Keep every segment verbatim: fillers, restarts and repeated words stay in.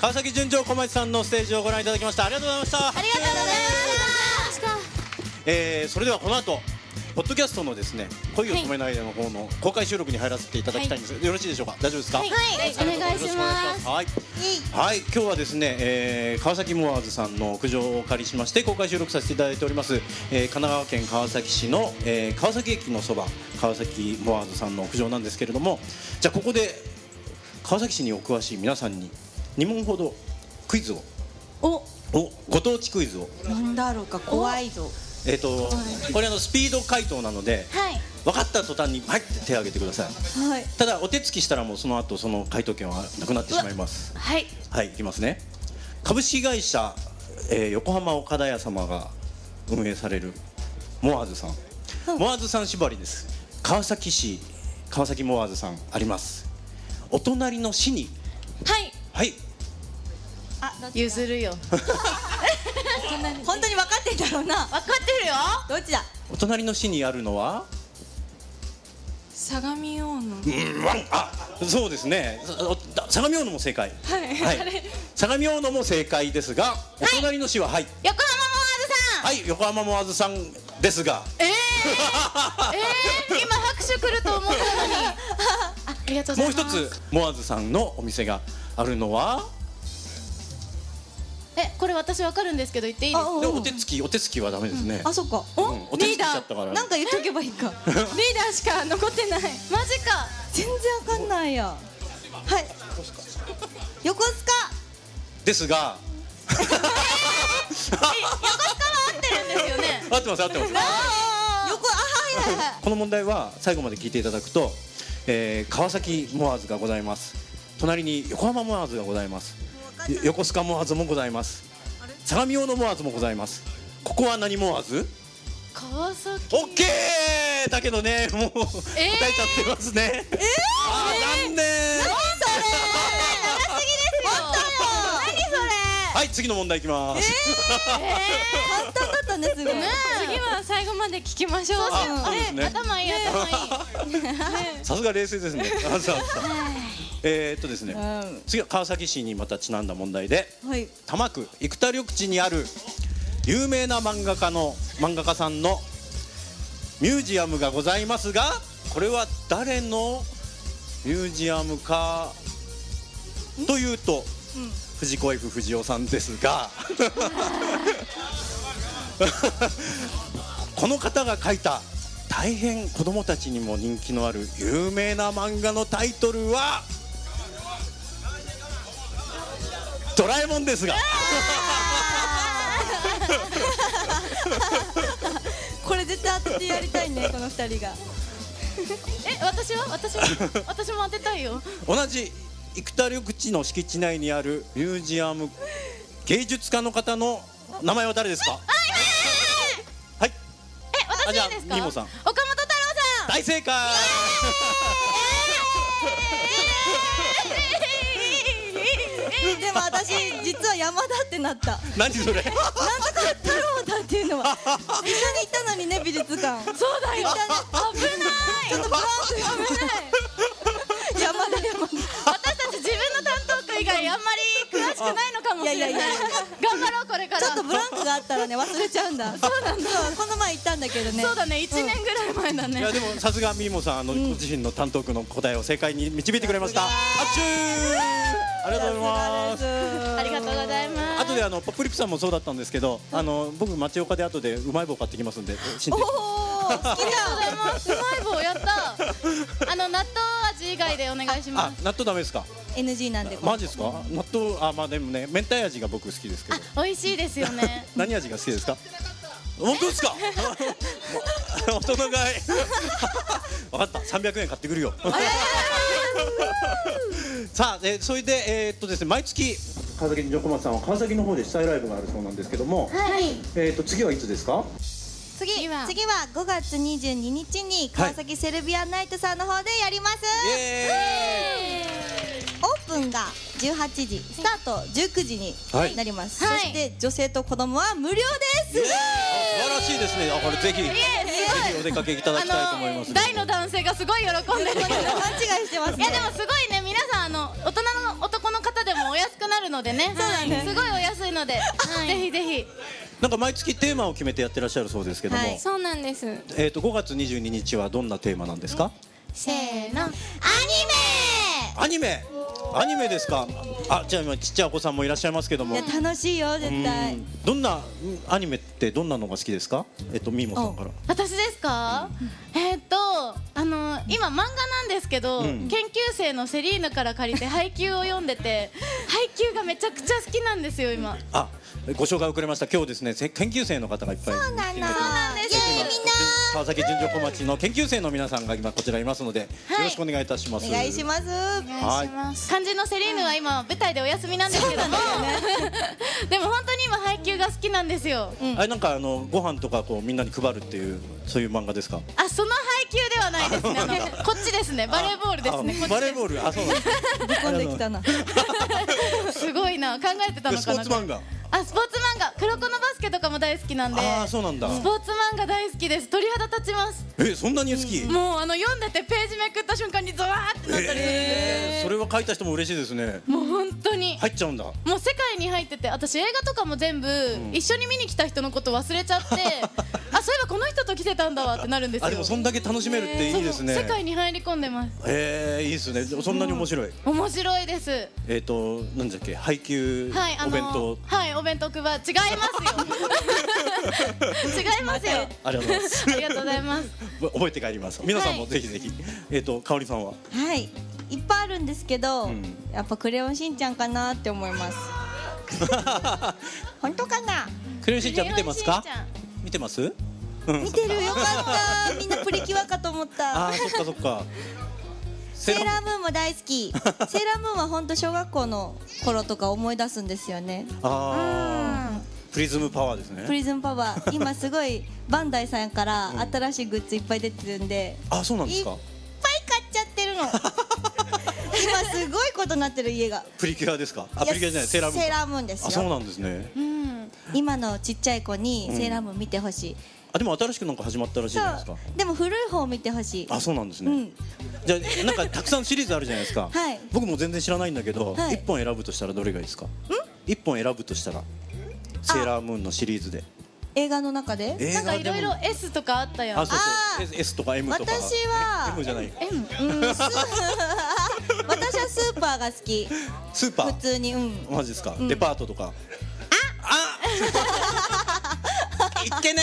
川崎純情小町さんのステージをご覧いただきました。ありがとうございました。 ありがとうございました。 えー、それではこの後ポッドキャストのですね恋を止めないでの方の公開収録に入らせていただきたいんです、はい、よろしいでしょうか。大丈夫ですか。 はい、はい、お願いします。 はい、はい、今日はですね、えー、川崎モアーズさんの屋上をお借りしまして公開収録させていただいております、えー、神奈川県川崎市の、えー、川崎駅のそば川崎モアーズさんの屋上なんですけれども、じゃあここで川崎市にお詳しい皆さんにに問ほどクイズをおおご当地クイズを。 なんだろうか、怖いぞ。 えーとこれあのスピード回答なので、はい、分かった途端に「はい」って手を挙げてください、はい、ただお手つきしたらもうその後その回答権はなくなってしまいます。 はい、 はい、いきますね。株式会社、えー、横浜岡田屋様が運営されるモアーズさん、うん、モアーズさん縛りです。川崎市川崎モアーズさんあります。お隣の市にはいはいあ譲るよ本当に分かってんだろうな。 分かってるよ。 どっちだ。 お隣の市にあるのは相模大野。 うんあそうですね、相模大野も正解。 はい、 はい、相模大野も正解ですが、お隣の市は、はい、 横浜モアーズさん。 はい、横浜モアーズさんですが、 えー、えー、今拍手来ると思ったのにあありがとうございます。 もう一つモアーズさんのお店があるのは、 え、これ私わかるんですけど言っていいですか。 でお手つきお手つきはダメですね、 うん、あ、そっか、 うん、お手つきしちゃったからなんか言っとけばいいかリーダーしか残ってない。マジか。 全然わかんないや。はい、横須賀ですがえ横須賀は合ってるんですよね。 合ってます合ってます。 横、あ、はいはいはいこの問題は最後まで聞いていただくと、えー、川崎モアーズがございます。隣に横浜モアーズがございます。横須賀モアーズもございます。相模大野モアーズもございます。ここは何モアーズ？ 川崎。 オッケーだけどね、もう、えー、答えちゃってますね。えー、あー、残念。 何それ。長すぎですよ。何それ。 はい、次の問題いきます。 えー、簡単だったね、すごい。 ね、次は最後まで聞きましょう。 あ、そうですね。 頭いい頭いい。 さすが冷静ですね。えーっとですね、うん、次は川崎市にまたちなんだ問題で、はい、多摩区生田緑地にある有名な漫画家の漫画家さんのミュージアムがございますが、これは誰のミュージアムかというと、うん、藤子 F 不二雄さんですがこの方が描いた大変子供たちにも人気のある有名な漫画のタイトルはドラえもんですがこれ絶対当ててやりたいね、この二人がえ、私は私は私も当てたいよ。 同じ生田緑地の敷地内にあるミュージアム芸術家の方の名前は誰ですか？はい、 え、私いいですか？ みもさん、 岡本太郎さん。 大正解。 でも私実は山田ってなった。 何それ？なんとか太郎だっていうのは一緒に行ったのにね、美術館。 そうだよ。危ない。 ちょっとブランク危ない。山田山田。 私たち自分の担当区以外あんまり詳しくないのかもしれない。いやいやいや。頑張ろうこれから。 ちょっとブランクがあったらね忘れちゃうんだ。 そうなんだ。 この前行ったんだけどね。 そうだね。一年ぐらい前だね。 いやでもさすがみもさん、あの、うん、ご自身の担当区の答えを正解に導いてくれました。拍手。ありがとうございます。 ありがとうございます。 後であのポップリップさんもそうだったんですけど、あの僕町岡で後でうまい棒買ってきますんで。 おお、好きだ。 うまい棒やった。あの納豆味以外でお願いします。 あ、納豆ダメですか？ エヌジー なんで。 マジですか？納豆、あ、まあでもね、明太味が僕好きですけど。 あ、美味しいですよね。 何味が好きですか？本当ですか？大人買い。分かった、さんびゃくえん買ってくるよ。さあ、えー、それでえー、っとですね、毎月川崎城小松さんは川崎の方で主催ライブがあるそうなんですけども、 はい、 えー、っと次はいつですか？ 次は次はごがつにじゅうににちに川崎セルビアンナイトさんの方でやります。 イエーイ。 オープンがじゅうはちじ、スタートじゅうくじになります、はい、そして女性と子供は無料です。 素晴らしいですね。あ、これぜひぜひお出かけいただきたいと思います。 大の男性がすごい喜んでるけど勘違いしてますね。 いやでもすごいね、皆さんあの大人の男の方でもお安くなるのでね、すごいお安いので、ぜひぜひ。 なんか毎月テーマを決めてやってらっしゃるそうですけども、 そうなんです。 えっとごがつにじゅうににちはどんなテーマなんですか？ せーの、アニメ。 アニメ。アニメですか。あ、じゃあ今ちっちゃいお子さんもいらっしゃいますけども。 いや楽しいよ絶対。 どんなアニメってどんなのが好きですか？えっとミーモさんから。 私ですか？えっとあの今漫画なんですけど、研究生のセリーヌから借りて配給を読んでて、配給がめちゃくちゃ好きなんですよ今。 あ、ご紹介遅れました。今日ですね、研究生の方がいっぱい。 そうなの。 そうなんです。 川崎純情小町の研究生の皆さんが今こちらいますので、よろしくお願いいたします。 お願いします。 はい。 肝心のセリーヌは今舞台でお休みなんですけども、でも本当に今配給が好きなんですよ。 あれなんかあのご飯とかこうみんなに配るっていうそういう漫画ですか？ あ、その配給ではないですね。あのこっちですね。バレーボールですね。 バレーボール。あ、そうなんです。 ぶっ込んできたな。 すごいな、考えてたのかな。 スポーツ漫画。 あ、スポーツ漫画、黒子のバスケとかも大好きなんで。 あ、そうなんだ。 スポーツ漫画大好きです。鳥肌立ちます。 え、そんなに好き？ もうあの読んでてページめくった瞬間にゾワーってなったりするんで。 それは書いた人も嬉しいですね。 もう本当に入っちゃうんだ。 もう世界に入ってて、私映画とかも全部一緒に見に来た人のこと忘れちゃって、あ、そういえばこの人と来てたんだわってなるんですよ。 あ、でもそんだけ楽しめるっていいですね。 世界に入り込んでます。 ええ、いいですね。そんなに面白い。 面白いです。 えっとなんだっけ、配給お弁当。 はい、お弁当配違いますよ。違いますよ。 ありがとうございます。 ありがとうございます。 覚えて帰ります。皆さんもぜひぜひ。えっと香織さんは。 はい。いっぱいあるんですけど、やっぱクレヨンしんちゃんかなって思います。本当かな？ クレヨンしんちゃん見てますか？見てます？ 見てる、よかった。みんなプリキュアかと思った。 あ、そっかそっか。 セーラームーンも大好き。セーラームーンは本当小学校の頃とか思い出すんですよね。 ああ。プリズムパワーですね。 プリズムパワー。今すごいバンダイさんから新しいグッズいっぱい出てるんで。 あ、そうなんですか。 いっぱい買っちゃってるの。今すごいことになってる家が。 プリキュアですか？あ、プリキュアじゃない、セーラームーン。 セーラームーンですよ。 あ、そうなんですね。 今のちっちゃい子にセーラームーン見てほしい。 あ、でも新しくなんか始まったらしいじゃないですか。 でも古い方見てほしい。 あ、そうなんですね。じゃあなんかたくさんシリーズあるじゃないですか。 はい。 僕も全然知らないんだけど、一本選ぶとしたらどれがいいですか？一本選ぶとしたらセーラームーンのシリーズで。 映画の中で？ なんかいろいろ S とかあったよ。 あ、そうそう。S とか M とか。 私は M じゃない。 M。 私はスーパーが好き。 スーパー。 普通に、うん。 マジですか？デパートとか。あ。あ。いけね。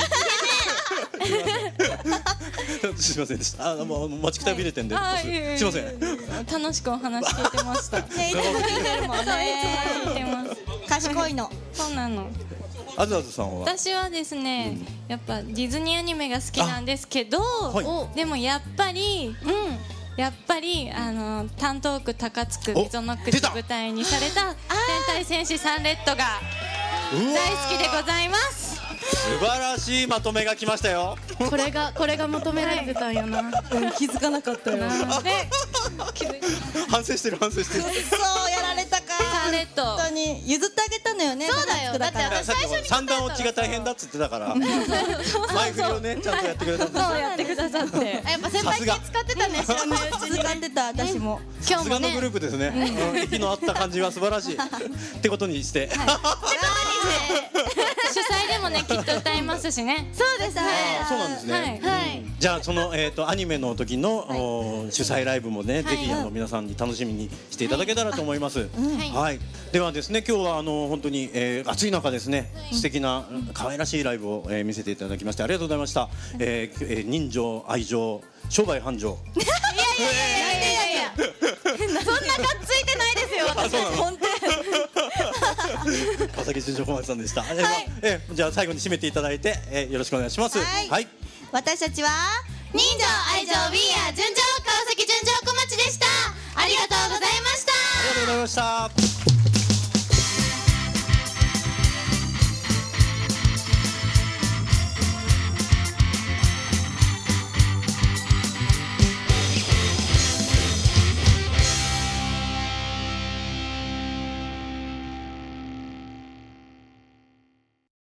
すみませんでした。あ、もう待ちくたびれてんで。すみません。 楽しくお話聞いてました。 ね、いつも聞いてるもんね。 聞いてます。 賢いの。 そうなの。 あずあずさんは。 私はですね、やっぱディズニーアニメが好きなんですけど、でもやっぱり、やっぱりあの担当区高津区溝の口舞台にされた戦隊戦士サンレッドが大好きでございます。 素晴らしいまとめが来ましたよ。 これがこれが求められてたんよな。 気づかなかったよ。 反省してる反省してる。 そうやられたか。 サンレッド。 本当に譲ってあげたのよね。 そうだよ。だって私最初に三段落ちが大変だっつってたから。前振りをねちゃんとやってくれた。 そうやってくださって。 やっぱ先輩気使ってたね。知らないうちに使ってた私も。 今日もね。さすがのグループですね。息の合った感じは素晴らしい。ってことにして。 主催でもねきっと歌いますしね。 そうですね。 そうなんですね。じゃあそのえっとアニメの時の主催ライブもねぜひあの皆さんに楽しみにしていただけたらと思います。はい。ではですね今日はあの本当に暑い中ですね素敵な可愛らしいライブを見せていただきましてありがとうございました。人情愛情商売繁盛。 いやいやいやいやいや。そんながっついてないですよ。私本当。 川崎純情小町さんでした。えじゃあ最後に締めていただいてえよろしくお願いします。はい。 私たちは人情愛情 We are 純情川崎純情小町でした。ありがとうございました。 ありがとうございました。